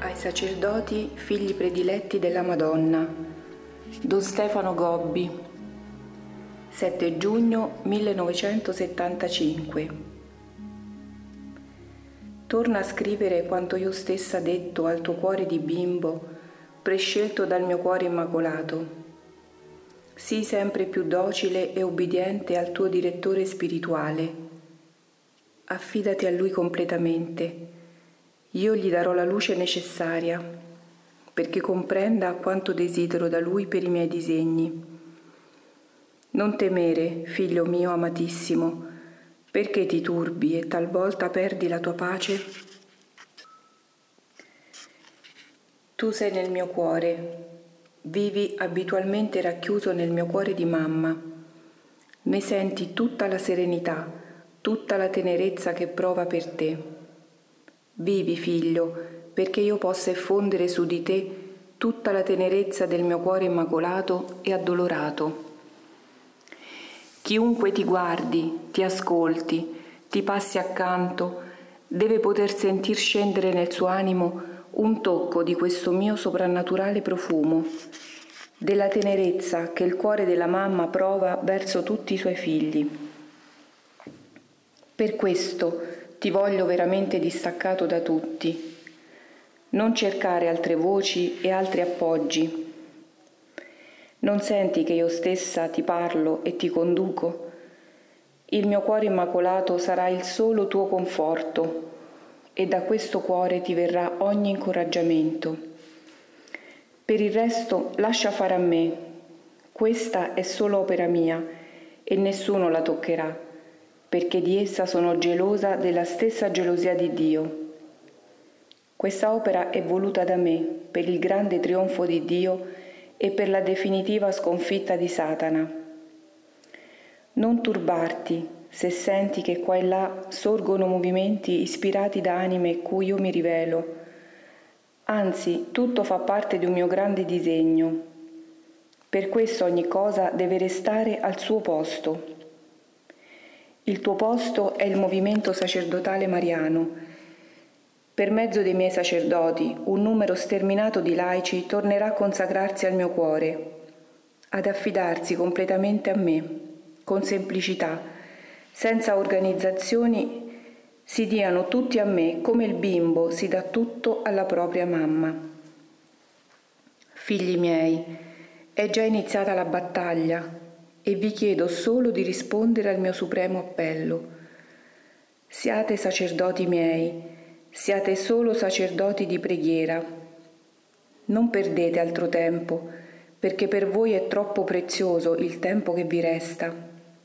Ai sacerdoti, figli prediletti della Madonna. Don Stefano Gobbi, 7 giugno 1975. Torna a scrivere quanto io stessa detto al tuo cuore di bimbo, prescelto dal mio cuore immacolato. Sii sempre più docile e ubbidiente al tuo direttore spirituale. Affidati a lui completamente. Io gli darò la luce necessaria perché comprenda quanto desidero da lui per i miei disegni. Non temere, figlio mio amatissimo, perché ti turbi e talvolta perdi la tua pace? Tu sei nel mio cuore, vivi abitualmente racchiuso nel mio cuore di mamma. Ne senti tutta la serenità, tutta la tenerezza che prova per te. Vivi, figlio, perché io possa effondere su di te tutta la tenerezza del mio cuore immacolato e addolorato. Chiunque ti guardi, ti ascolti, ti passi accanto, deve poter sentir scendere nel suo animo un tocco di questo mio soprannaturale profumo, della tenerezza che il cuore della mamma prova verso tutti i suoi figli. Per questo ti voglio veramente distaccato da tutti. Non cercare altre voci e altri appoggi. Non senti che io stessa ti parlo e ti conduco? Il mio cuore immacolato sarà il solo tuo conforto e da questo cuore ti verrà ogni incoraggiamento. Per il resto lascia fare a me. Questa è solo opera mia e nessuno la toccherà, perché di essa sono gelosa della stessa gelosia di Dio. Questa opera è voluta da me per il grande trionfo di Dio e per la definitiva sconfitta di Satana. Non turbarti se senti che qua e là sorgono movimenti ispirati da anime cui io mi rivelo. Anzi, tutto fa parte di un mio grande disegno. Per questo ogni cosa deve restare al suo posto. Il tuo posto è il movimento sacerdotale mariano. Per mezzo dei miei sacerdoti, un numero sterminato di laici tornerà a consacrarsi al mio cuore, ad affidarsi completamente a me, con semplicità, senza organizzazioni, si diano tutti a me come il bimbo si dà tutto alla propria mamma. Figli miei, è già iniziata la battaglia e vi chiedo solo di rispondere al mio supremo appello. Siate sacerdoti miei, siate solo sacerdoti di preghiera. Non perdete altro tempo, perché per voi è troppo prezioso il tempo che vi resta.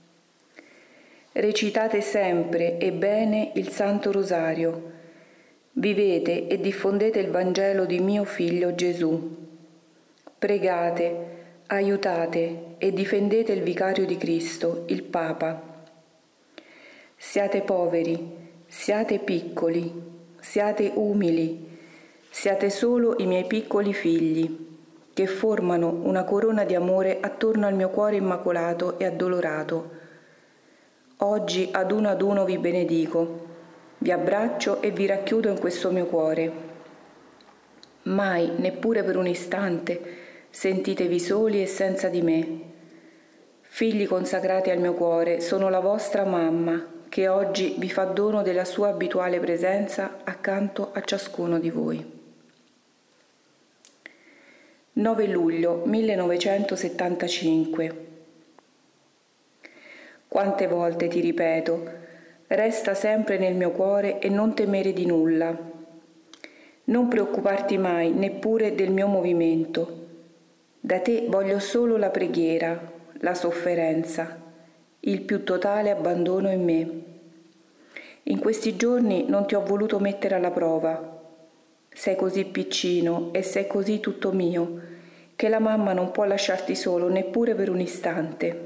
Recitate sempre e bene il Santo Rosario. Vivete e diffondete il Vangelo di mio Figlio Gesù. Pregate, aiutate e difendete il Vicario di Cristo, il Papa. Siate poveri, siate piccoli, siate umili, siate solo i miei piccoli figli, che formano una corona di amore attorno al mio cuore immacolato e addolorato. Oggi ad uno vi benedico, vi abbraccio e vi racchiudo in questo mio cuore. Mai, neppure per un istante, sentitevi soli e senza di me. Figli consacrati al mio cuore, sono la vostra mamma, che oggi vi fa dono della sua abituale presenza accanto a ciascuno di voi. 9 luglio 1975. Quante volte ti ripeto, resta sempre nel mio cuore e non temere di nulla. Non preoccuparti mai neppure del mio movimento. Da te voglio solo la preghiera, la sofferenza, il più totale abbandono in me. In questi giorni non ti ho voluto mettere alla prova. Sei così piccino e sei così tutto mio, che la mamma non può lasciarti solo neppure per un istante.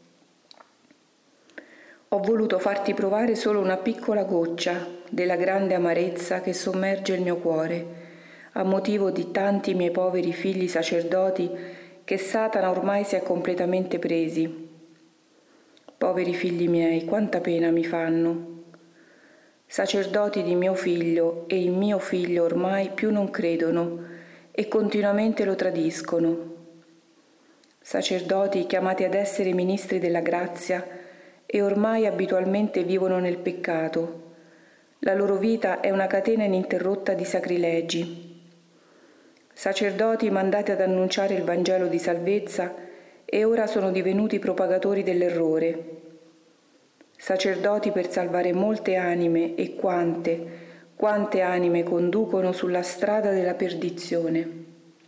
Ho voluto farti provare solo una piccola goccia della grande amarezza che sommerge il mio cuore, a motivo di tanti miei poveri figli sacerdoti che Satana ormai si è completamente presi. Poveri figli miei, quanta pena mi fanno. sacerdoti di mio figlio e in mio figlio ormai più non credono e continuamente lo tradiscono. Sacerdoti chiamati ad essere ministri della grazia e ormai abitualmente vivono nel peccato. La loro vita è una catena ininterrotta di sacrilegi. Sacerdoti mandati ad annunciare il Vangelo di salvezza e ora sono divenuti propagatori dell'errore. Sacerdoti per salvare molte anime e quante anime conducono sulla strada della perdizione.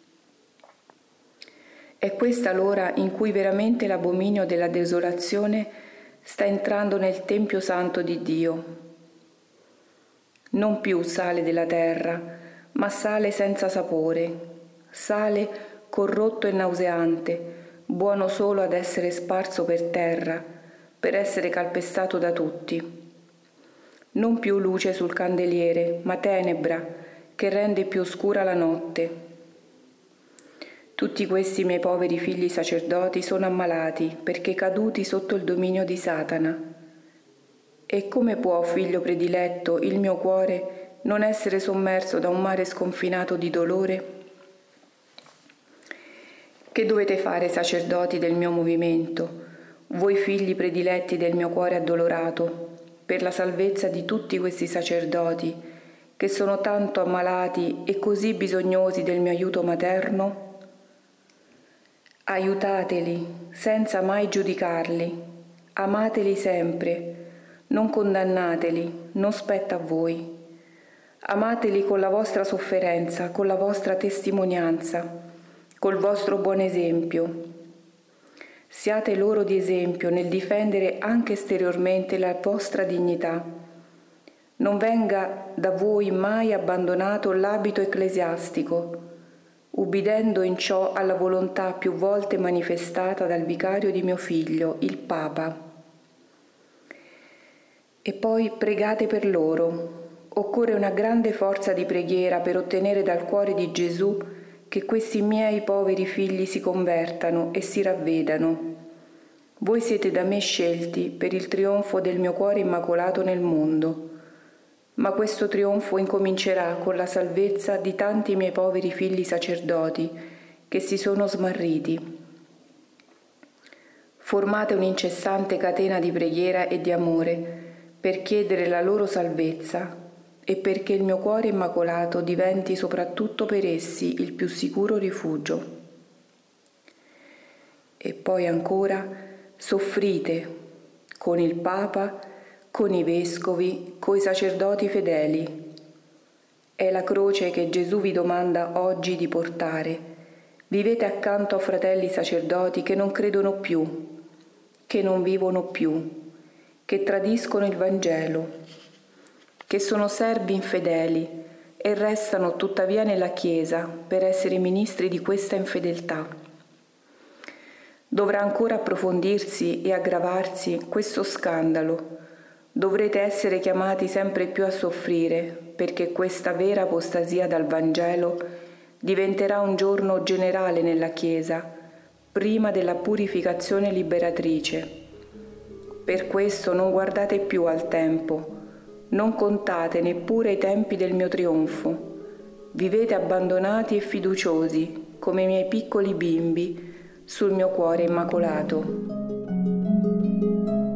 È questa l'ora in cui veramente l'abominio della desolazione sta entrando nel Tempio Santo di Dio. Non più sale della terra, ma sale senza sapore, sale corrotto e nauseante, buono solo ad essere sparso per terra, per essere calpestato da tutti. Non più luce sul candeliere, ma tenebra, che rende più oscura la notte. Tutti questi miei poveri figli sacerdoti sono ammalati perché caduti sotto il dominio di Satana. E come può, figlio prediletto, il mio cuore non essere sommerso da un mare sconfinato di dolore? Che dovete fare, sacerdoti del mio movimento, voi figli prediletti del mio cuore addolorato, per la salvezza di tutti questi sacerdoti che sono tanto ammalati e così bisognosi del mio aiuto materno? Aiutateli senza mai giudicarli, amateli sempre, non condannateli, non spetta a voi. Amateli con la vostra sofferenza, con la vostra testimonianza, col vostro buon esempio. Siate loro di esempio nel difendere anche esteriormente la vostra dignità. Non venga da voi mai abbandonato l'abito ecclesiastico, ubbidendo in ciò alla volontà più volte manifestata dal vicario di mio figlio, il Papa. E poi pregate per loro. Occorre una grande forza di preghiera per ottenere dal cuore di Gesù che questi miei poveri figli si convertano e si ravvedano. Voi siete da me scelti per il trionfo del mio cuore immacolato nel mondo. Ma questo trionfo incomincerà con la salvezza di tanti miei poveri figli sacerdoti che si sono smarriti. Formate un'incessante catena di preghiera e di amore per chiedere la loro salvezza e perché il mio cuore immacolato diventi soprattutto per essi il più sicuro rifugio. E poi ancora soffrite con il Papa, con i vescovi, coi sacerdoti fedeli. È la croce che Gesù vi domanda oggi di portare. Vivete accanto a fratelli sacerdoti che non credono più, che non vivono più, che tradiscono il Vangelo, che sono servi infedeli e restano tuttavia nella Chiesa per essere ministri di questa infedeltà. Dovrà ancora approfondirsi e aggravarsi questo scandalo. Dovrete essere chiamati sempre più a soffrire, perché questa vera apostasia dal Vangelo diventerà un giorno generale nella Chiesa, prima della purificazione liberatrice. Per questo non guardate più al tempo, non contate neppure i tempi del mio trionfo. Vivete abbandonati e fiduciosi, come i miei piccoli bimbi, sul mio cuore immacolato.